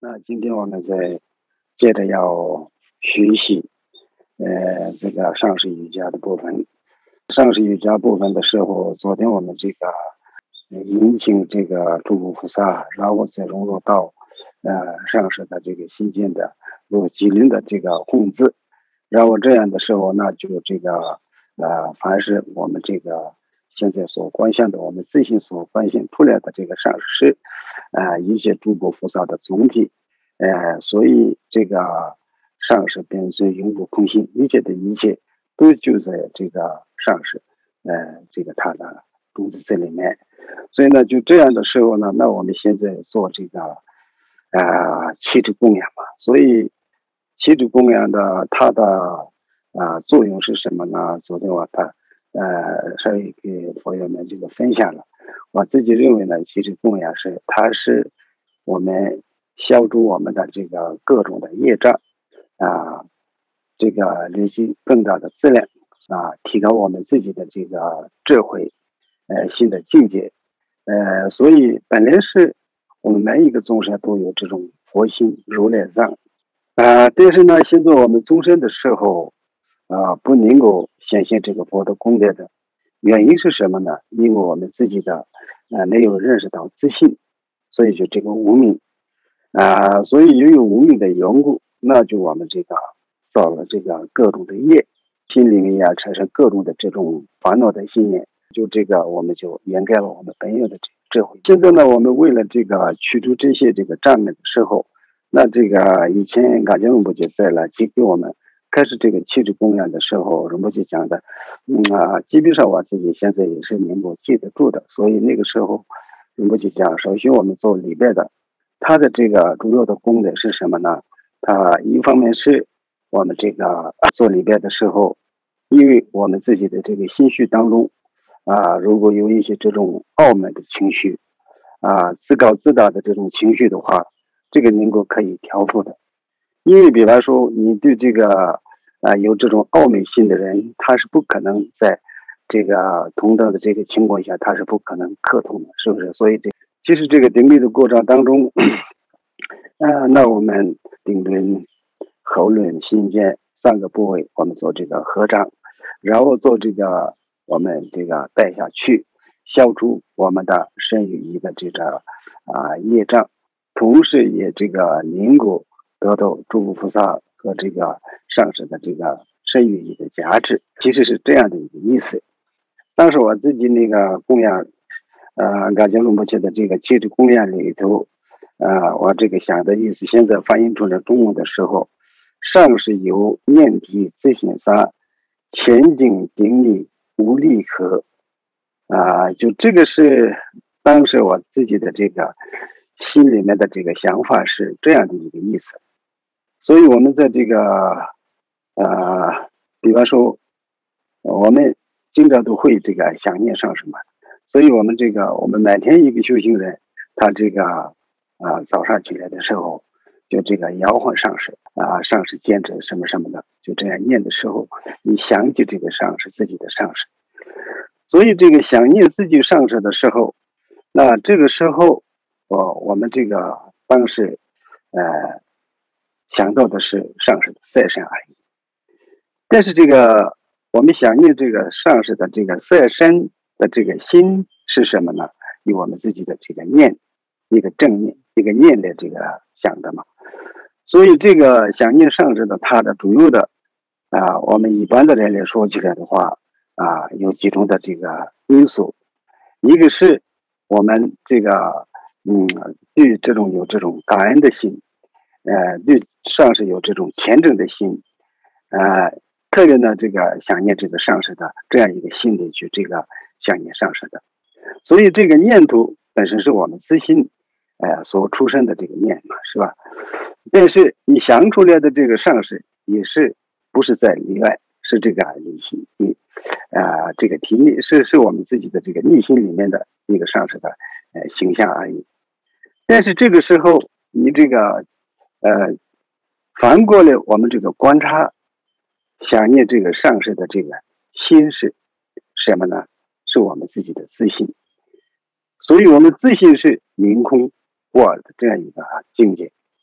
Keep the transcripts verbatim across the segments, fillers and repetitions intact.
那今天我们在接着要学习，呃，这个上师瑜伽的部分。上师瑜伽部分的时候，昨天我们这个呃引请这个诸佛菩萨，然后再融入到呃上师的这个心间的有机灵的这个控制，然后这样的时候，那就这个呃，凡是我们这个现在所观想的，我们自信所观想出来的这个上师，呃，一切诸佛菩萨的总体。呃，所以这个上师本尊永不空性，一切的一切都就在这个上师，呃，这个他的种子在里面。所以呢，就这样的时候呢，那我们现在做这个呃气质供养嘛，所以气质供养的它的啊、呃、作用是什么呢？昨天我的呃稍微给朋友们这个分享了，我自己认为呢，气质供养是它是我们消除我们的这个各种的业障啊，这个累积更大的质量啊，提高我们自己的这个智慧，呃，新的境界，呃，所以本来是我们每一个众生都有这种佛心如来藏啊，但是呢，现在我们众生的时候啊，不能够显现这个佛的功德的原因是什么呢？因为我们自己的呃没有认识到自信，所以就这个无明。啊，所以由于无明的缘故，那就我们这个造了这个各种的业，心里面呀产生各种的这种烦恼的信念，就这个我们就掩盖了我们本有的这个智慧。现在呢，我们为了这个去除这些这个障碍的时候，那这个以前嘎杰荣波切在了给给我们开始这个气质供养的时候，荣波切讲的，嗯啊，基本上我自己现在也是能够记得住的，所以那个时候荣波切讲，首先我们做礼拜的。它的这个主要的功能是什么呢？它一方面是我们这个做礼拜的时候，因为我们自己的这个心绪当中啊，如果有一些这种傲慢的情绪啊，自高自大的这种情绪的话，这个能够可以调伏的。因为比方说你对这个啊有这种傲慢心的人，他是不可能在这个同等的这个情况下，他是不可能克通的，是不是？所以这其实这个顶礼的过程当中，呃，那我们顶轮、喉轮、心间三个部位，我们做这个合掌，然后做这个我们这个带下去，消除我们的身语意的这个啊业障，同时也这个能够得到诸佛菩萨和这个上师的这个身语意的加持，其实是这样的一个意思。当时我自己那个供养。呃，嘎杰鲁木切的这个气质供养里头，呃，我这个想的意思，现在翻译出来中文的时候，上是由念体自信三前景顶礼无力合啊、就这个是当时我自己的这个心里面的这个想法是这样的一个意思。所以我们在这个呃，比方说我们经常都会这个想念上什么。所以我们这个，我们每天一个修行人，他这个啊、呃、早上起来的时候，就这个摇晃上师啊，上师坚持什么什么的，就这样念的时候，你想起这个上师自己的上师，所以这个想念自己上师的时候，那这个时候，我我们这个当时呃想到的是上师的赛身而已，但是这个我们想念这个上师的这个赛身。的这个心是什么呢？有我们自己的这个念，一个正念，一个念的这个想的嘛。所以这个想念上师的，它的主要的啊，我们一般的人来说起来的话啊，有几种的这个因素，一个是我们这个嗯，对这种有这种感恩的心，呃，对上师有这种虔诚的心，呃，特别呢，这个想念这个上师的这样一个心理去这个。想念上师的，所以这个念头本身是我们自心，呃，所出生的这个念嘛，是吧？但是你想出来的这个上师也是不是在里外，是这个内心，你啊、呃，这个体内是是我们自己的这个内心里面的一个上师的呃形象而已。但是这个时候，你这个呃，反过来我们这个观察，想念这个上师的这个心是什么呢？是我们自己的自信，所以我们自信是明空不二的这样一个境界。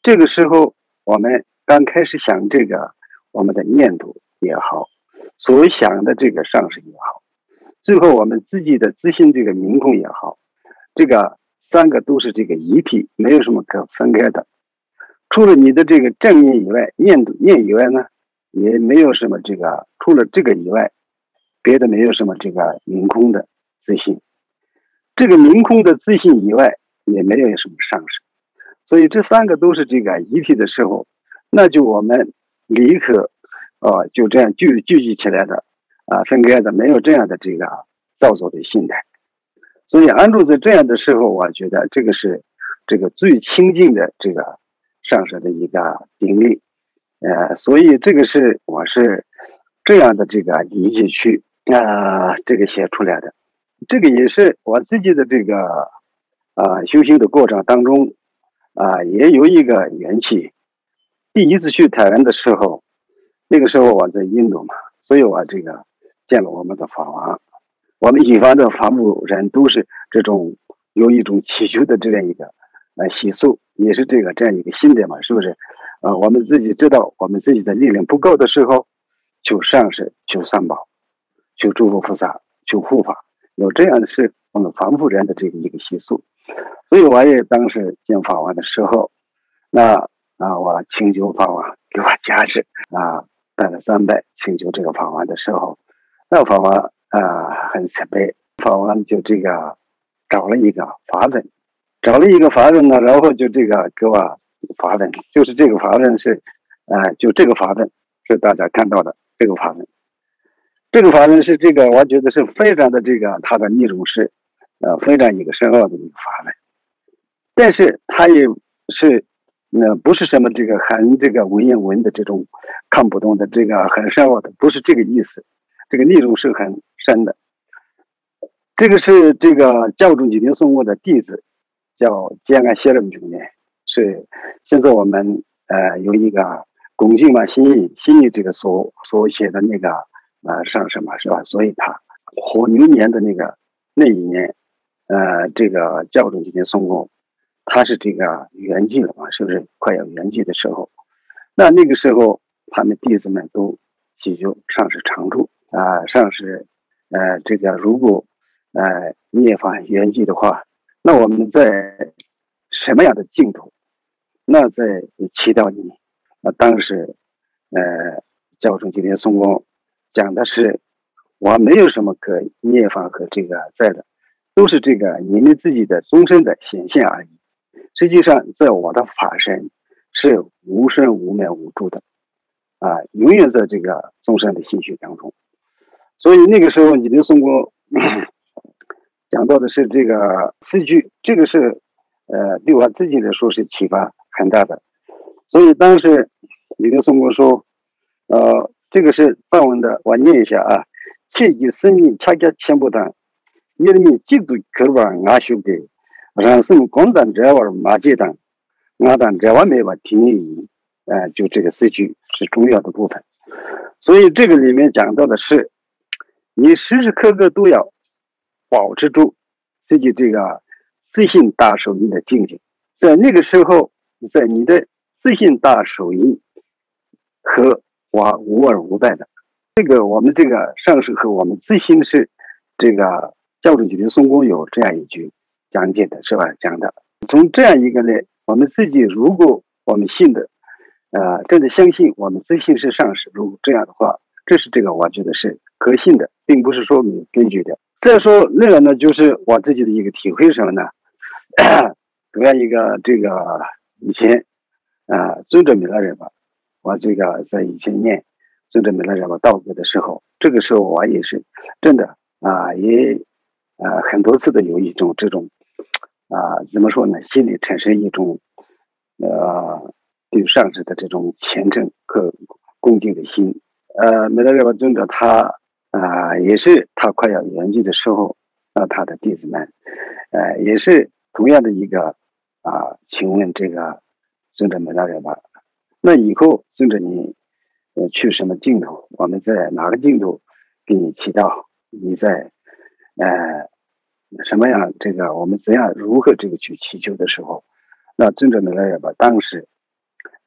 这个时候我们刚开始想这个我们的念头也好，所想的这个上师也好，最后我们自己的自信这个明空也好，这个三个都是这个一体，没有什么可分开的。除了你的这个正念以外，念念以外呢，也没有什么这个，除了这个以外，别的没有什么这个明空的自信。这个明空的自信以外，也没有什么上师。所以这三个都是这个一体的时候，那就我们立刻，呃，就这样聚聚集起来的，啊，分开的，没有这样的这个造作的心态。所以安住在这样的时候，我觉得这个是这个最亲近的这个上师的一个定力，呃，所以这个是我是这样的这个理解去啊、呃，这个写出来的，这个也是我自己的这个啊、呃、修行的过程当中啊、呃，也有一个缘起。第一次去台湾的时候，那个时候我在印度嘛，所以我这个见了我们的法王。我们引发的法务人都是这种有一种祈求的这样一个呃习俗，也是这个这样一个心态嘛，是不是？呃，我们自己知道我们自己的力量不够的时候，求上师、求三宝、求诸佛菩萨、求护法，有这样的是我们凡夫人的这个一个习俗。所以我也当时见法王的时候，那啊，我请求法王给我加持啊，拜了三拜，请求这个法王的时候，那法王啊很慈悲，法王就这个找了一个法本，找了一个法本呢，然后就这个给我法本，就是这个法本是，呃，就这个法本是大家看到的这个法本，这个法本是这个我觉得是非常的这个它的内容是，呃，非常一个深奥的一个法本，但是它也是。那不是什么这个很这个文言文的这种看不懂的这个很深奥的，不是这个意思，这个内容是很深的。这个是这个教主吉定松果的弟子，叫建安谢勒姆兄弟，是现在我们呃有一个恭敬嘛心意心意这个所所写的那个呃上什么是吧？所以他火牛年的那个那一年，呃这个教主吉定松果。他是这个圆寂了嘛，是不是快要圆寂的时候？那那个时候，他们弟子们都祈求上师常住啊，上师，呃，这个如果呃涅槃圆寂的话，那我们在什么样的净土？那在祈祷你。那当时，呃，教授今天松光讲的是，我没有什么可涅槃和这个在的，都是这个你们自己的终身的显现而已。实际上，在我的法身是无生无灭无住的，啊，永远在这个众生的心绪当中。所以那个时候，你的宋公讲到的是这个四句，这个是呃对我自己来说是启发很大的。所以当时你的宋公说，呃，这个是藏文的，我念一下啊，切记生命恰恰全部当，你的命极度渴望阿修给。让什么光当这玩马街当，我当这玩没把听你，呃，就这个四句是重要的部分。所以这个里面讲到的是，你时时刻刻都要保持住自己这个自信大手印的境界，在那个时候，在你的自信大手印和我无二无败的。这个我们这个上师和我们自信是这个教主级的松公有这样一句。讲解的是吧？讲的从这样一个呢，我们自己如果我们信的，呃，真的相信我们自信是上师，如果这样的话，这是这个我觉得是可信的，并不是说没根据的。再说那个呢，就是我自己的一个体会是什么呢？主要一个这个以前啊，尊者弥勒日吧，我这个在以前念尊者弥勒日吧道歌的时候，这个时候我也是真的啊，也啊很多次的有一种这种。啊，怎么说呢？心里产生一种，呃，对上师的这种虔诚和恭敬的心。呃，弥勒日巴尊者他啊、呃，也是他快要圆寂的时候，那他的弟子们，呃，也是同样的一个啊、呃，请问这个尊者弥勒日巴，那以后尊者你呃去什么净土？我们在哪个净土给你祈祷？你在呃。什么样这个我们怎样如何这个去祈求的时候，那尊者弥勒日巴当时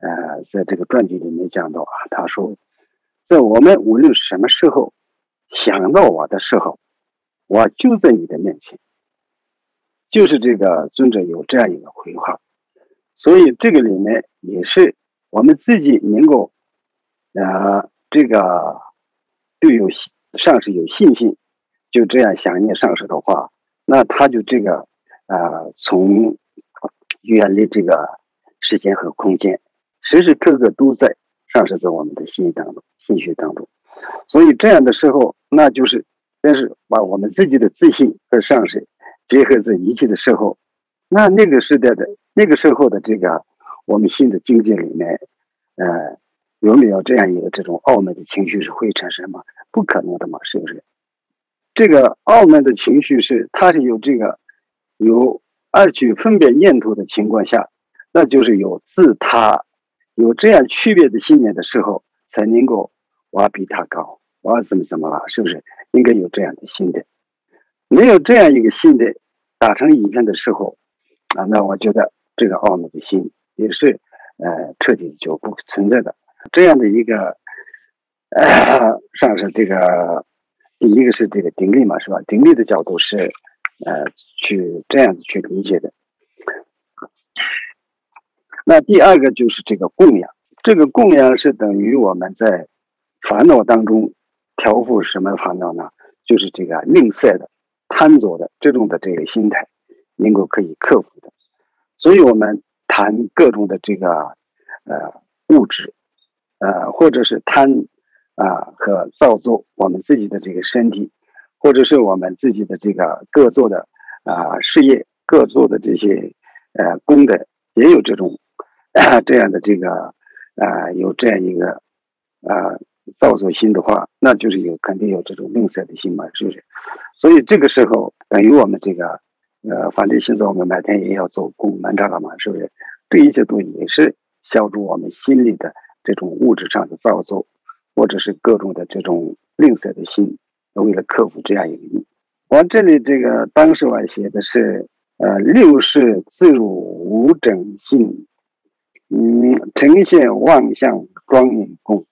呃，在这个传记里面讲到啊，他说，在我们无论什么时候想到我的时候，我就在你的面前。就是这个尊者有这样一个回话，所以这个里面也是我们自己能够，呃，这个对有上师有信心，就这样想念上师的话，那他就这个呃，从远离这个时间和空间，时时刻刻都在上师在我们的心当中、心学当中。所以这样的时候，那就是但是把我们自己的自信和上师结合在一起的时候，那那个时代的那个时候的这个我们新的境界里面，呃，有没有这样一个这种傲慢的情绪是会产生吗？不可能的嘛，是不是？这个傲慢的情绪是它是有这个有二取分别念头的情况下，那就是有自他有这样区别的信念的时候，才能够我要比他高，我要怎么怎么了，是不是？应该有这样的心的。没有这样一个心的打成一片的时候啊，那我觉得这个傲慢的心也是呃彻底就不存在的。这样的一个呃上是这个第一个是这个定力嘛，是吧？定力的角度是呃去这样子去理解的。那第二个就是这个供养，这个供养是等于我们在烦恼当中调伏什么烦恼呢？就是这个吝啬的、贪着的这种的这个心态，能够可以克服的。所以我们谈各种的这个呃物质，呃或者是贪啊、呃、和造作我们自己的这个身体，或者是我们自己的这个各做的啊、呃、事业、各做的这些呃功德，也有这种。啊、这样的这个啊、呃、有这样一个啊、呃、造作心的话，那就是有肯定有这种吝啬的心嘛，是不是？所以这个时候等于我们这个呃，反正现在我们每天也要做供门刹了嘛，是不是？这一切都也是消除我们心里的这种物质上的造作，或者是各种的这种吝啬的心，为了克服这样一个意。我这里这个当时我写的是呃六世自入无整性。嗯，呈现万象庄严供，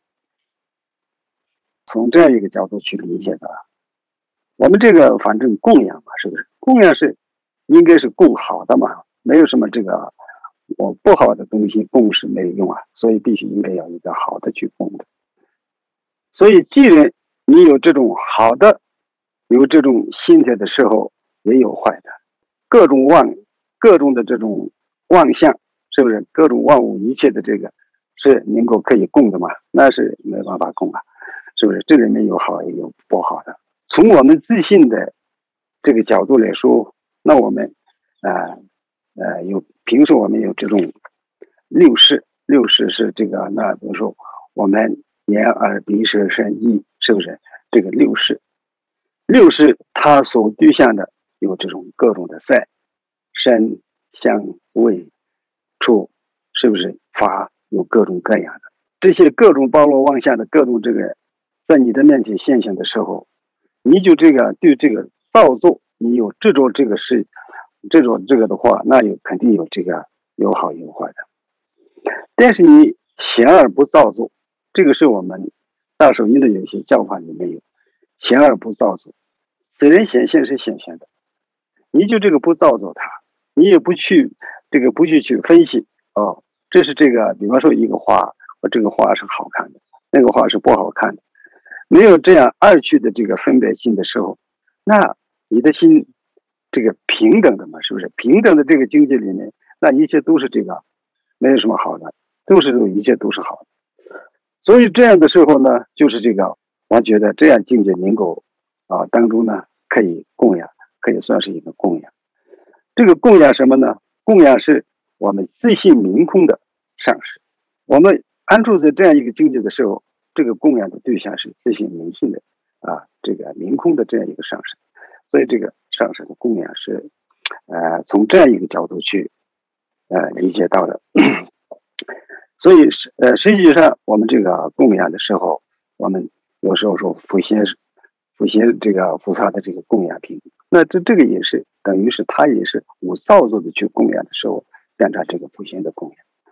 从这样一个角度去理解的。我们这个反正供养嘛，是不是？供养是应该是供好的嘛，没有什么这个我不好的东西供是没有用啊，所以必须应该要一个好的去供的。所以既然你有这种好的，有这种心态的时候，也有坏的，各种妄，各种的这种妄象。是不是各种万物一切的这个是能够可以供的嘛？那是没办法供啊，是不是？这里面有好也有不好的。从我们自信的这个角度来说，那我们啊 呃, 呃有，比如说我们有这种六识，六识是这个，那比如说我们眼耳鼻舌身意，是不是？这个六识，六识它所对象的有这种各种的色、声、香、味。处是不是法有各种各样的这些各种包罗万象的各种这个在你的面前现象的时候，你就这个对这个造作你有执着这个事这种这个的话，那有肯定有这个有好有坏的。但是你显而不造作，这个是我们大手印的有些教法里面有显而不造作，此人显现是显现的，你就这个不造作它，你也不去这个不去去分析哦，这是这个，比方说一个花，我这个花是好看的，那个花是不好看的，没有这样二趣的这个分别心的时候，那你的心这个平等的嘛，是不是？平等的这个境界里面，那一切都是这个，没有什么好的，都是一切都是好的。所以这样的时候呢，就是这个，我觉得这样境界能够啊当中呢，可以供养，可以算是一个供养。这个供养什么呢？供养是我们自信明空的上师。我们安住在这样一个境界的时候，这个供养的对象是自信明性的啊，这个明空的这样一个上师。所以这个上师的供养是，呃，从这样一个角度去呃理解到的。所以是呃，实际上我们这个供养的时候，我们有时候说普贤普贤这个菩萨的这个供养品。那这这个也是等于是他也是无造作的去供养的时候，变成这个普贤的供养。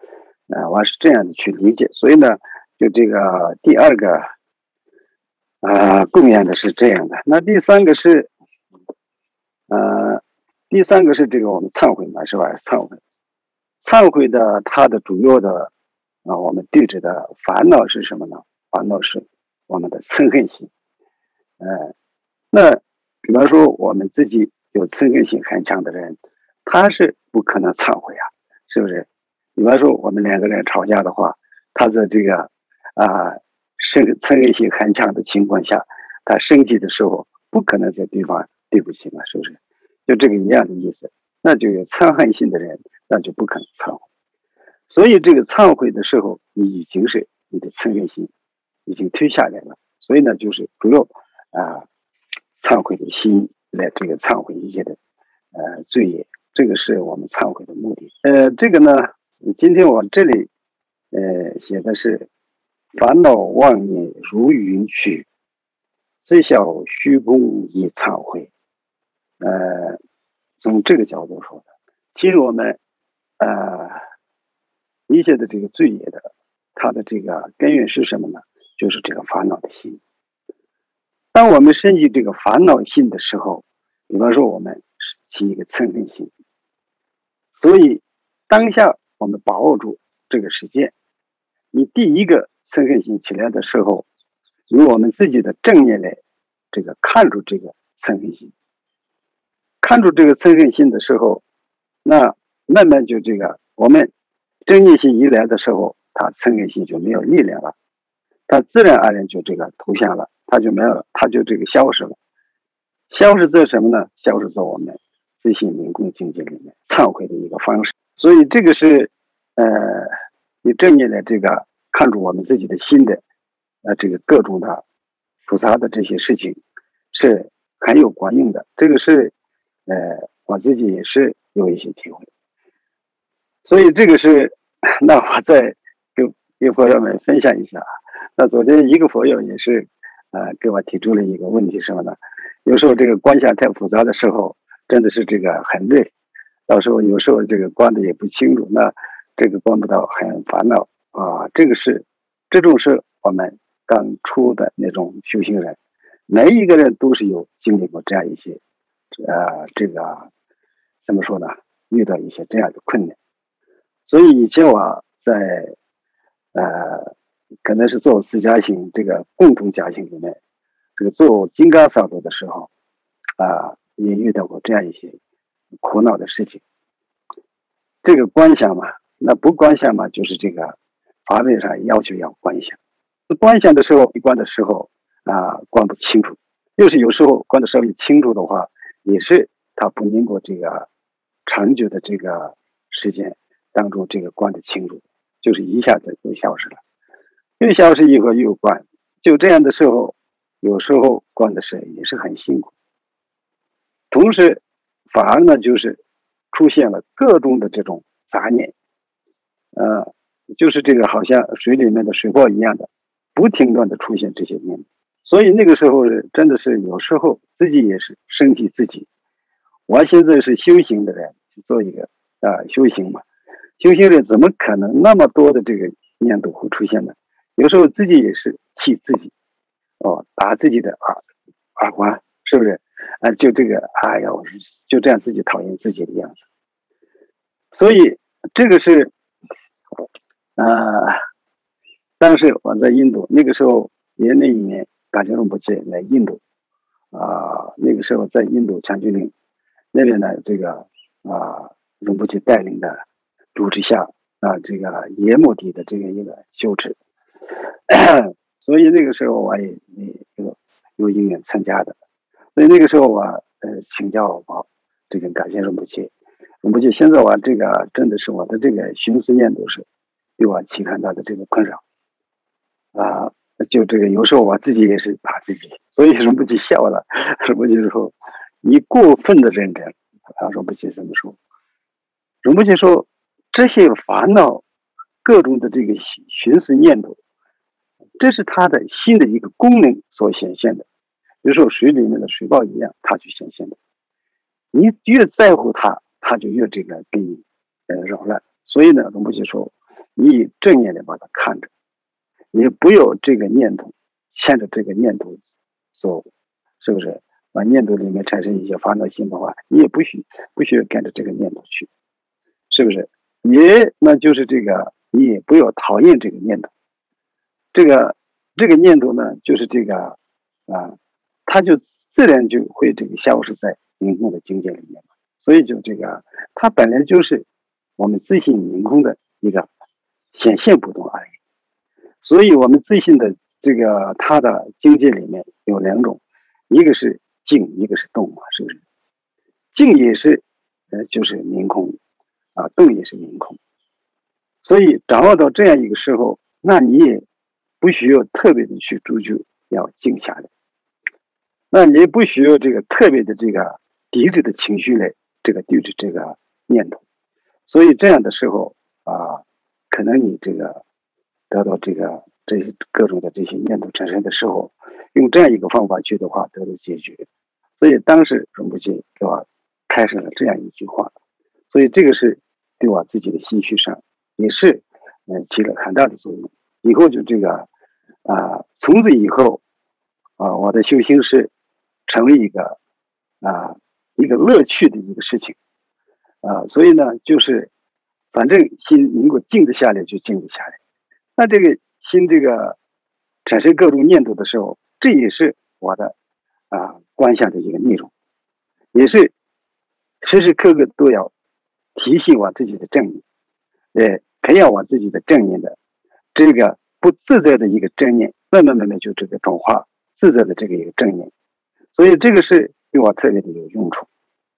啊，我是这样的去理解。所以呢，就这个第二个啊，供养的是这样的。那第三个是呃，第三个是这个我们忏悔嘛，是吧？忏悔，忏悔的它的主要的啊，我们对着的烦恼是什么呢？烦恼是我们的嗔恨心。呃，那比方说我们自己有嗔恨心很强的人，他是不可能忏悔啊，是不是？比方说我们两个人吵架的话，他在这个啊生嗔恨心很强的情况下，他生气的时候不可能在对方对不起嘛，是不是？就这个一样的意思。那就有嗔恨心的人，那就不可能忏悔。所以这个忏悔的时候，你已经是你的嗔恨心已经退下来了。所以呢，就是主要啊忏悔的心来这个忏悔一切的呃罪业，这个是我们忏悔的目的。呃，这个呢，今天我这里呃写的是烦恼妄念如云去，知晓虚空以忏悔。呃，从这个角度说的，其实我们呃一切的这个罪业的，它的这个根源是什么呢？就是这个烦恼的心。当我们升起这个烦恼心的时候，比方说我们起一个嗔恨心，所以当下我们把握住这个时间，你第一个嗔恨心起来的时候，由我们自己的正念来这个看住这个嗔恨心，看住这个嗔恨心的时候，那慢慢就这个我们正念心一来的时候，它嗔恨心就没有力量了，它自然而然就这个投降了，它就没有了，它就这个消失了。消失在什么呢？消失在我们自信明空境界里面忏悔的一个方式。所以这个是呃，你正念的这个看住我们自己的心的呃这个各种的复杂的这些事情是很有管用的。这个是呃我自己也是有一些体会。所以这个是那我再跟跟朋友们分享一下。那昨天一个朋友也是呃给我提出了一个问题，什么呢？有时候这个观想太复杂的时候，真的是这个很累，到时候有时候这个观的也不清楚，那这个观不到很烦恼啊。这个是这种是我们刚出的那种修行人，每一个人都是有经历过这样一些呃这个怎么说呢，遇到一些这样的困难。所以以前我在呃可能是做四加行这个共同家行里面，这个做金刚萨埵的时候啊，也遇到过这样一些苦恼的事情。这个观想嘛，那不观想嘛，就是这个法律上要求要观想。观想的时候，一观的时候啊，观不清楚；又是有时候观的稍微清楚的话，也是它不经过这个长久的这个时间当中，这个观的清楚，就是一下子就消失了，又消失以后又观，就这样的时候，有时候观的时候也是很辛苦。同时，反而呢，就是出现了各种的这种杂念，呃，就是这个好像水里面的水泡一样的，不停断的出现这些念。所以那个时候真的是有时候自己也是身体自己。我现在是修行的人，做一个啊、呃、修行嘛，修行人怎么可能那么多的这个念头会出现呢？有时候自己也是气自己，哦，打自己的耳耳光，是不是？啊，就这个，哎呀，我是就这样自己讨厌自己的样子。所以这个是，呃，当时我在印度，那个时候也那一年，感觉荣不切来印度，啊、呃，那个时候在印度强居岭那边呢，这个啊，荣不切带领的主持下啊，这个野目地的这个一个修持，所以那个时候我也也有有因缘参加的。所以那个时候我呃请教我这个感谢荣不切，荣不切现在我这个真的是我的这个寻思念都是对我期看到的这个困扰啊，就这个有时候我自己也是打自己，所以荣不切笑了，荣不切说你过分的认真，他荣不切怎么说？荣不切说这些烦恼各种的这个寻思念头，这是他的心的一个功能所显现的。比如说水里面的水泡一样，它就显现的。你越在乎它，它就越这个给你呃扰乱。所以呢，荣不切说， 你以正念的把它看着，也不要这个念头牵着这个念头走，是不是？把念头里面产生一些烦恼心的话，你也不需不需要跟着这个念头去，是不是？也那就是这个，你也不要讨厌这个念头，这个这个念头呢，就是这个啊，它就自然就会这个消失在凝空的境界里面。所以就这个，它本来就是我们自信凝空的一个显现不动而已。所以我们自信的这个它的境界里面有两种，一个是静，一个是动嘛，是不是？静也是呃就是明空啊，动也是明空。所以掌握到这样一个时候，那你也不需要特别的去追究要静下来，那你也不需要这个特别的这个抵制的情绪来这个抵制这个念头。所以这样的时候啊，可能你这个得到这个这些各种的这些念头产生的时候，用这样一个方法去的话得到解决。所以当时荣不济给我开始了这样一句话，所以这个是对我自己的心绪上也是嗯起了很大的作用。以后就这个啊，从此以后啊，我的修行是成为一个啊一个乐趣的一个事情啊，所以呢，就是反正心能够静得下来就静得下来。那这个心这个产生各种念头的时候，这也是我的啊观想的一个内容，也是时时刻刻都要提醒我自己的正念，呃，培养我自己的正念的这个不自在的一个正念，慢慢慢慢就这个转化自在的这个一个正念，所以这个是对我特别的有用处。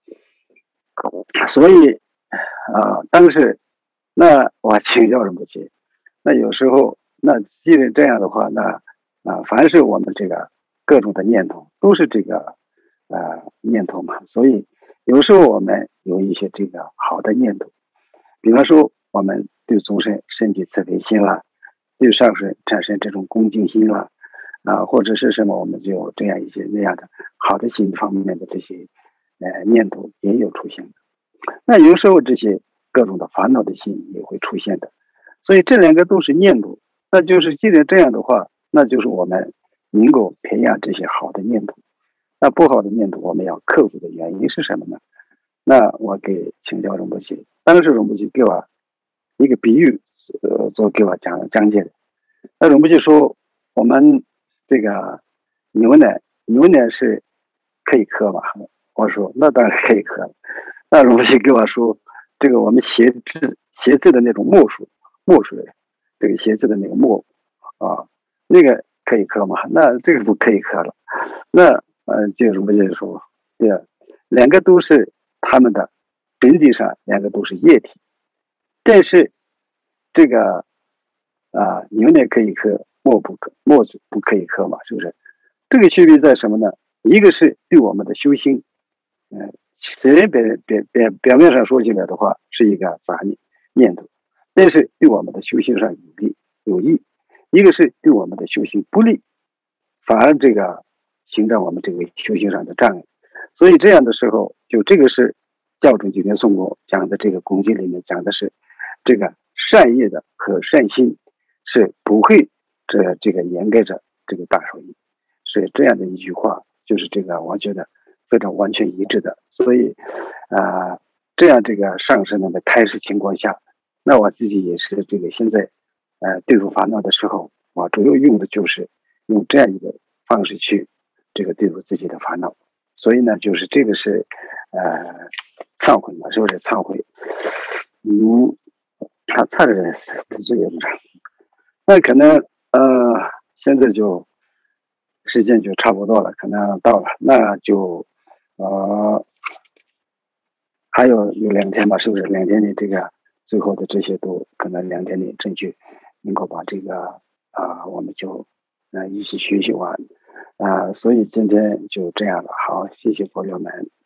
所以啊，当时那我请教仁波切，那有时候那既然这样的话，那啊，凡是我们这个各种的念头都是这个呃念头嘛，所以有时候我们有一些这个好的念头，比方说我们对众生身体慈悲心啦，对上师产生这种恭敬心啦，啊，或者是什么，我们就有这样一些那样的好的心方面的这些呃念头也有出现的。那有时候这些各种的烦恼的心也会出现的，所以这两个都是念头。那就是既然这样的话，那就是我们能够培养这些好的念头。那不好的念头我们要克服的原因是什么呢？那我给请教仁波切，当时仁波切给我一个比喻，呃，做给我讲讲解的。那仁波切说，我们这个牛奶，牛奶是可以喝吗？我说那当然可以喝了。那荣西跟我说，这个我们写字写字的那种墨水，墨水，这个写字的那个墨啊，那个可以喝吗？那这个不可以喝了。那呃，就荣不就说，对啊，两个都是他们的本体上两个都是液体，但是这个啊，牛奶可以喝，墨不可，墨不可以喝嘛，是不是？这个区别在什么呢？一个是对我们的修行，嗯、呃。虽然表表表表面上说起来的话是一个杂念念头，但是对我们的修行上有利有益。一个是对我们的修行不利，反而这个形成我们这个修行上的障碍。所以这样的时候，就这个是教主今天送我讲的这个功经里面讲的是，这个善业的和善心是不会这这个掩盖着这个大手印，是这样的一句话，就是这个我觉得非常完全一致的。所以啊、呃，这样这个上师们的开示情况下，那我自己也是这个现在呃对付烦恼的时候，我主要用的就是用这样一个方式去这个对付自己的烦恼。所以呢，就是这个是呃忏悔嘛，是不是忏悔？嗯，他差的人这个那可能呃现在就时间就差不多了，可能到了，那就呃。还有有两天吧，是不是？两天的这个最后的这些都可能两天的证据，能够把这个啊，我们就呃一起学习完啊，所以今天就这样了。好，谢谢朋友们。